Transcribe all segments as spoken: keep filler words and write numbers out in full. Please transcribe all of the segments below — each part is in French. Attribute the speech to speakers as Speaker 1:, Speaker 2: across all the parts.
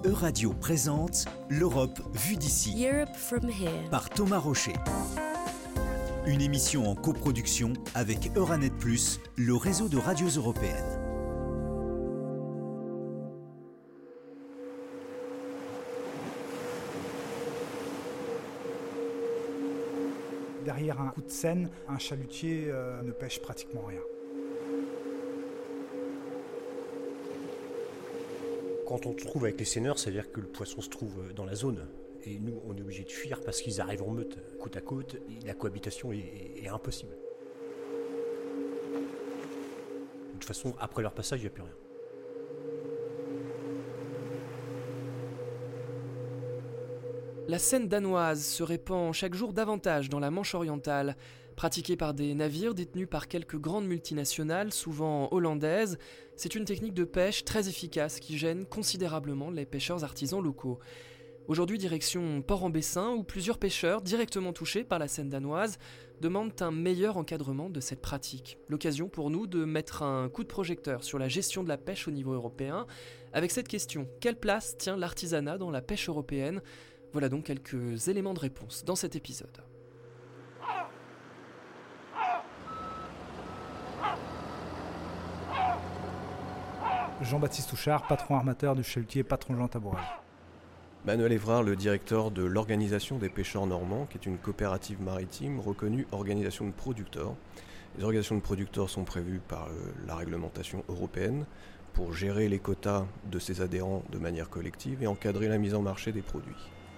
Speaker 1: Euradio présente l'Europe vue d'ici
Speaker 2: Europe from here.
Speaker 1: par Thomas Rocher. Une émission en coproduction avec Euranet plus, le réseau de radios européennes.
Speaker 3: Derrière un coup de Seine, un chalutier euh, ne pêche pratiquement rien.
Speaker 4: Quand on se trouve avec les seineurs, ça veut dire que le poisson se trouve dans la zone. Et nous, on est obligé de fuir parce qu'ils arrivent en meute, côte à côte, et la cohabitation est, est, est impossible. De toute façon, après leur passage, il n'y a plus rien.
Speaker 5: La Seine danoise se répand chaque jour davantage dans la Manche orientale. Pratiquée par des navires détenus par quelques grandes multinationales, souvent hollandaises, c'est une technique de pêche très efficace qui gêne considérablement les pêcheurs artisans locaux. Aujourd'hui, direction Port-en-Bessin, où plusieurs pêcheurs directement touchés par la Seine danoise demandent un meilleur encadrement de cette pratique. L'occasion pour nous de mettre un coup de projecteur sur la gestion de la pêche au niveau européen. Avec cette question, quelle place tient l'artisanat dans la pêche européenne ? Voilà donc quelques éléments de réponse dans cet épisode.
Speaker 3: Jean-Baptiste Touchard, patron armateur du chalutier Patron Jean Taboural.
Speaker 6: Manuel Évrard, le directeur de l'Organisation des pêcheurs normands, qui est une coopérative maritime reconnue organisation de producteurs. Les organisations de producteurs sont prévues par euh, la réglementation européenne pour gérer les quotas de ses adhérents de manière collective et encadrer la mise en marché des produits.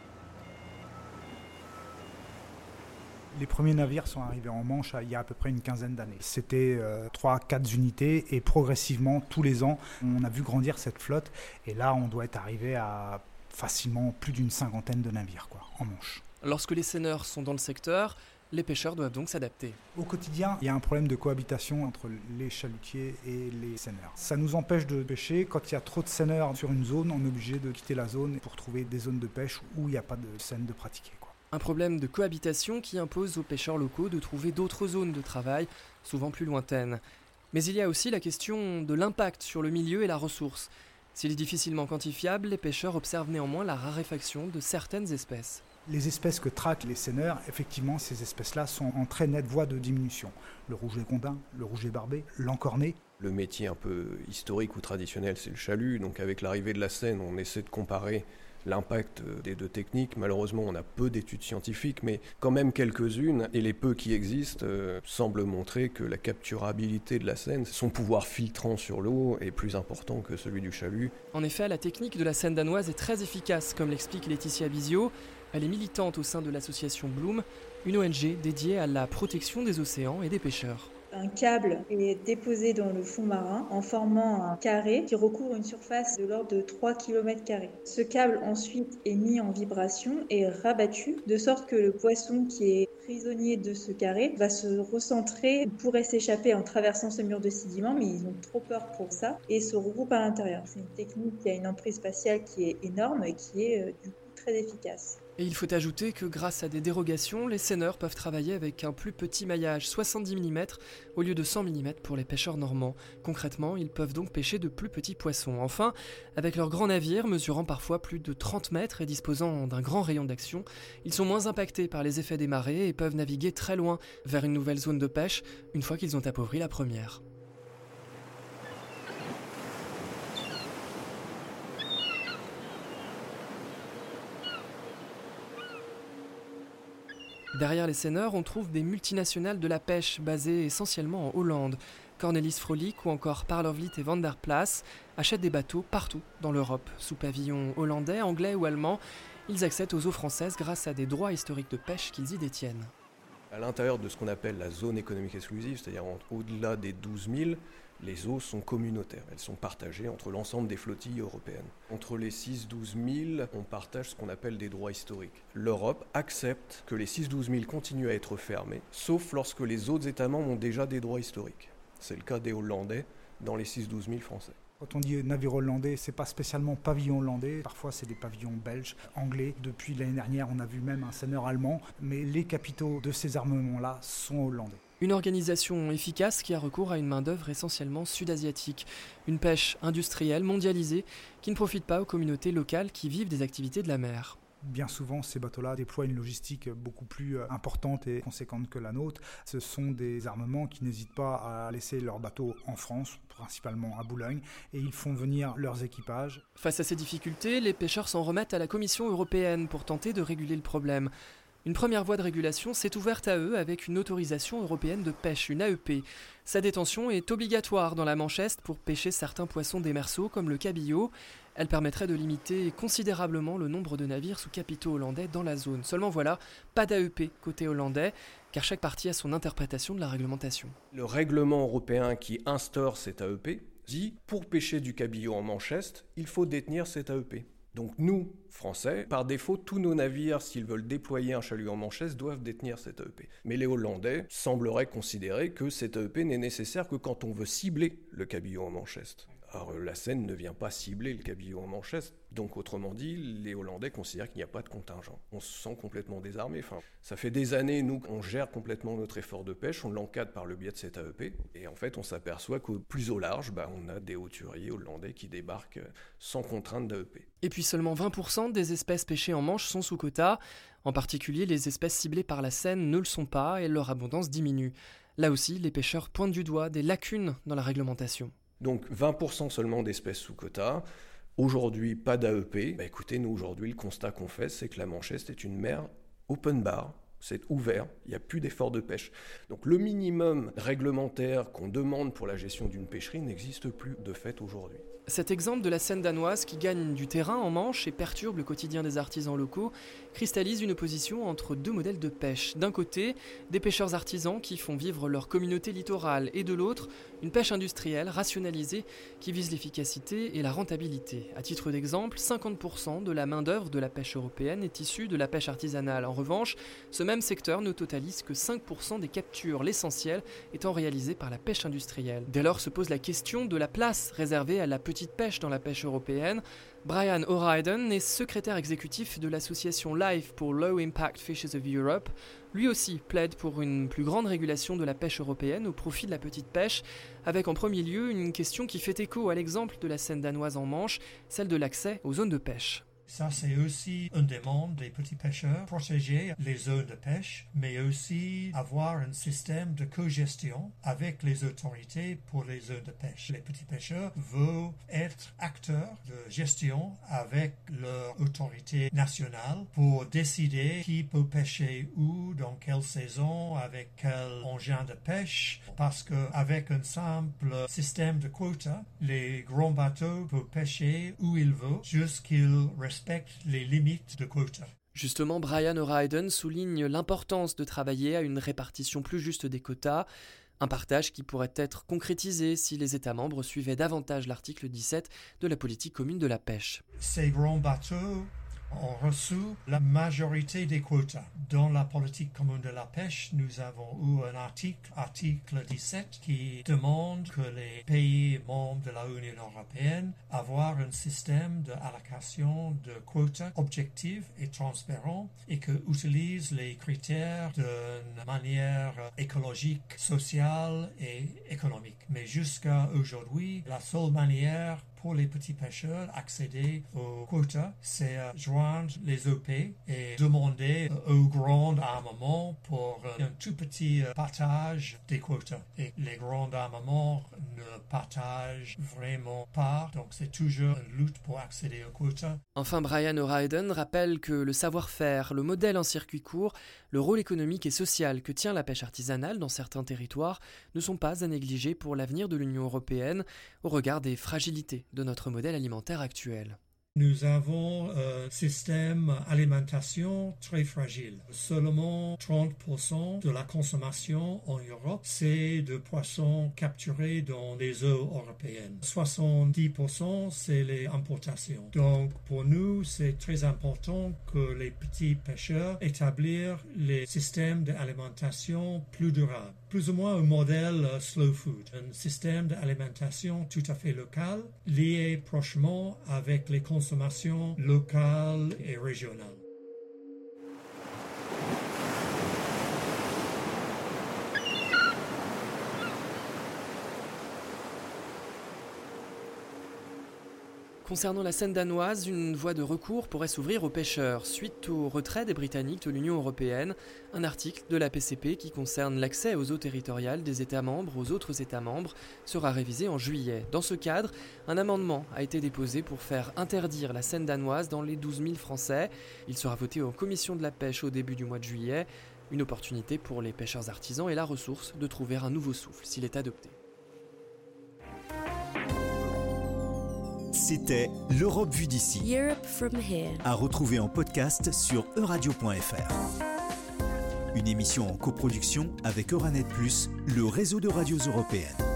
Speaker 3: Les premiers navires sont arrivés en Manche il y a à peu près une quinzaine d'années. C'était euh, trois à quatre unités et progressivement, tous les ans, on a vu grandir cette flotte. Et là, on doit être arrivé à facilement plus d'une cinquantaine de navires quoi, en Manche.
Speaker 5: Lorsque les seineurs sont dans le secteur, les pêcheurs doivent donc s'adapter.
Speaker 3: Au quotidien, il y a un problème de cohabitation entre les chalutiers et les seineurs. Ça nous empêche de pêcher. Quand il y a trop de seineurs sur une zone, on est obligé de quitter la zone pour trouver des zones de pêche où il n'y a pas de seine de pratiquer, quoi.
Speaker 5: Un problème de cohabitation qui impose aux pêcheurs locaux de trouver d'autres zones de travail, souvent plus lointaines. Mais il y a aussi la question de l'impact sur le milieu et la ressource. S'il est difficilement quantifiable, les pêcheurs observent néanmoins la raréfaction de certaines espèces.
Speaker 3: Les espèces que traquent les seineurs, effectivement, ces espèces-là sont en très nette voie de diminution. Le rouget gondin, le rouget barbé, l'encorné.
Speaker 6: Le métier un peu historique ou traditionnel, c'est le chalut. Donc avec l'arrivée de la Seine, on essaie de comparer l'impact des deux techniques. Malheureusement, on a peu d'études scientifiques, mais quand même quelques-unes, et les peu qui existent euh, semblent montrer que la capturabilité de la Seine, son pouvoir filtrant sur l'eau, est plus important que celui du chalut.
Speaker 5: En effet, la technique de la Seine danoise est très efficace, comme l'explique Laetitia Bizio. Elle est militante au sein de l'association Bloom, une O N G dédiée à la protection des océans et des pêcheurs.
Speaker 7: Un câble est déposé dans le fond marin en formant un carré qui recouvre une surface de l'ordre de trois kilomètres carrés. Ce câble ensuite est mis en vibration et rabattu de sorte que le poisson qui est prisonnier de ce carré va se recentrer, pourrait s'échapper en traversant ce mur de sédiments, mais ils ont trop peur pour ça et se regroupent à l'intérieur. C'est une technique qui a une emprise spatiale qui est énorme et qui est euh, du coup très efficace.
Speaker 5: Et il faut ajouter que grâce à des dérogations, les seineurs peuvent travailler avec un plus petit maillage, soixante-dix millimètres, au lieu de cent millimètres pour les pêcheurs normands. Concrètement, ils peuvent donc pêcher de plus petits poissons. Enfin, avec leurs grands navires, mesurant parfois plus de trente mètres et disposant d'un grand rayon d'action, ils sont moins impactés par les effets des marées et peuvent naviguer très loin vers une nouvelle zone de pêche, une fois qu'ils ont appauvri la première. Derrière les seineurs, on trouve des multinationales de la pêche basées essentiellement en Hollande. Cornelis Frolic ou encore Parlovliet et Van der Plas achètent des bateaux partout dans l'Europe. Sous pavillon hollandais, anglais ou allemand, ils accèdent aux eaux françaises grâce à des droits historiques de pêche qu'ils y détiennent.
Speaker 6: À l'intérieur de ce qu'on appelle la zone économique exclusive, c'est-à-dire au-delà des douze mille, les eaux sont communautaires. Elles sont partagées entre l'ensemble des flottilles européennes. Entre les six à douze mille, on partage ce qu'on appelle des droits historiques. L'Europe accepte que les six à douze mille continuent à être fermés, sauf lorsque les autres États membres ont déjà des droits historiques. C'est le cas des Hollandais dans les six à douze mille français.
Speaker 3: Quand on dit navire hollandais, c'est pas spécialement pavillon hollandais. Parfois, c'est des pavillons belges, anglais. Depuis l'année dernière, on a vu même un seineur allemand. Mais les capitaux de ces armements-là sont hollandais.
Speaker 5: Une organisation efficace qui a recours à une main-d'œuvre essentiellement sud-asiatique. Une pêche industrielle, mondialisée, qui ne profite pas aux communautés locales qui vivent des activités de la mer.
Speaker 3: Bien souvent, ces bateaux-là déploient une logistique beaucoup plus importante et conséquente que la nôtre. Ce sont des armements qui n'hésitent pas à laisser leurs bateaux en France, principalement à Boulogne, et ils font venir leurs équipages.
Speaker 5: Face à ces difficultés, les pêcheurs s'en remettent à la Commission européenne pour tenter de réguler le problème. Une première voie de régulation s'est ouverte à eux avec une autorisation européenne de pêche, une A E P. Sa détention est obligatoire dans la Manche Est pour pêcher certains poissons démersaux comme le cabillaud. Elle permettrait de limiter considérablement le nombre de navires sous capitaux hollandais dans la zone. Seulement voilà, pas d'A E P côté hollandais, car chaque partie a son interprétation de la réglementation.
Speaker 6: Le règlement européen qui instaure cette A E P dit « pour pêcher du cabillaud en Manche Est, il faut détenir cette A E P ». Donc nous, Français, par défaut, tous nos navires, s'ils veulent déployer un chalut en Manche Est, doivent détenir cette A E P. Mais les Hollandais sembleraient considérer que cette A E P n'est nécessaire que quand on veut cibler le cabillaud en Manche Est. Alors la Seine ne vient pas cibler le cabillaud en Manche Est, donc autrement dit, les Hollandais considèrent qu'il n'y a pas de contingent. On se sent complètement désarmé. Enfin, ça fait des années, nous, on gère complètement notre effort de pêche, on l'encadre par le biais de cette A E P, et en fait, on s'aperçoit qu'au plus au large, bah, on a des hauturiers hollandais qui débarquent sans contrainte d'A E P.
Speaker 5: Et puis seulement vingt pour cent des espèces pêchées en Manche sont sous quota. En particulier, les espèces ciblées par la Seine ne le sont pas et leur abondance diminue. Là aussi, les pêcheurs pointent du doigt des lacunes dans la réglementation.
Speaker 6: Donc vingt pour cent seulement d'espèces sous quota. Aujourd'hui, pas d'A E P. Bah, écoutez, nous aujourd'hui, le constat qu'on fait, c'est que la Manche Est est une mer open bar. C'est ouvert, il n'y a plus d'effort de pêche. Donc le minimum réglementaire qu'on demande pour la gestion d'une pêcherie n'existe plus de fait aujourd'hui.
Speaker 5: Cet exemple de la Seine danoise qui gagne du terrain en Manche et perturbe le quotidien des artisans locaux cristallise une opposition entre deux modèles de pêche. D'un côté, des pêcheurs artisans qui font vivre leur communauté littorale et de l'autre, une pêche industrielle rationalisée qui vise l'efficacité et la rentabilité. À titre d'exemple, cinquante pour cent de la main-d'œuvre de la pêche européenne est issue de la pêche artisanale. En revanche, ce même secteur ne totalise que cinq pour cent des captures, l'essentiel étant réalisé par la pêche industrielle. Dès lors se pose la question de la place réservée à la petite pêche dans la pêche européenne. Brian O'Riordan est secrétaire exécutif de l'association LIFE pour Low Impact Fishes of Europe. Lui aussi plaide pour une plus grande régulation de la pêche européenne au profit de la petite pêche, avec en premier lieu une question qui fait écho à l'exemple de la Seine danoise en Manche, celle de l'accès aux zones de pêche.
Speaker 2: Ça, c'est aussi une demande des petits pêcheurs, protéger les zones de pêche, mais aussi avoir un système de cogestion avec les autorités pour les zones de pêche. Les petits pêcheurs veulent être acteurs de gestion avec leur autorité nationale pour décider qui peut pêcher où, dans quelle saison, avec quel engin de pêche, parce qu'avec un simple système de quotas, les grands bateaux peuvent pêcher où ils veulent, jusqu'ils respectent les limites de quotas.
Speaker 5: Justement, Brian O'Riordan souligne l'importance de travailler à une répartition plus juste des quotas, un partage qui pourrait être concrétisé si les États membres suivaient davantage l'article dix-sept de la politique commune de la pêche.
Speaker 2: Ces grands bateaux ont reçu la majorité des quotas. Dans la politique commune de la pêche, nous avons eu un article, article dix-sept, qui demande que les pays membres de l'Union européenne avoir un système d'allocation de quotas objectif et transparent et que utilise les critères d'une manière écologique, sociale et économique. Mais jusqu'à aujourd'hui, la seule manière pour les petits pêcheurs accéder aux quotas, c'est joindre les O P et demander aux grands armements pour un tout petit partage des quotas. Et les grands armements ne partagent vraiment pas, donc c'est toujours une lutte pour accéder aux quotas.
Speaker 5: Enfin, Brian O'Riordan rappelle que le savoir-faire, le modèle en circuit court, le rôle économique et social que tient la pêche artisanale dans certains territoires ne sont pas à négliger pour l'avenir de l'Union européenne au regard des fragilités de notre modèle alimentaire actuel.
Speaker 2: Nous avons un système d'alimentation très fragile. Seulement trente pour cent de la consommation en Europe, c'est de poissons capturés dans les eaux européennes. soixante-dix pour cent, c'est les importations. Donc, pour nous, c'est très important que les petits pêcheurs établissent les systèmes d'alimentation plus durables. plus ou moins un modèle uh, slow food, un système d'alimentation tout à fait local, lié prochement avec les consommations locales et régionales.
Speaker 5: Concernant la Seine danoise, une voie de recours pourrait s'ouvrir aux pêcheurs suite au retrait des Britanniques de l'Union européenne. Un article de la P C P qui concerne l'accès aux eaux territoriales des États membres aux autres États membres sera révisé en juillet. Dans ce cadre, un amendement a été déposé pour faire interdire la Seine danoise dans les douze mille Français. Il sera voté en commission de la pêche au début du mois de juillet. Une opportunité pour les pêcheurs artisans et la ressource de trouver un nouveau souffle s'il est adopté.
Speaker 1: C'était l'Europe vue d'ici.
Speaker 8: Europe from here.
Speaker 1: À retrouver en podcast sur euradio point f r. Une émission en coproduction avec Euranet plus, le réseau de radios européennes.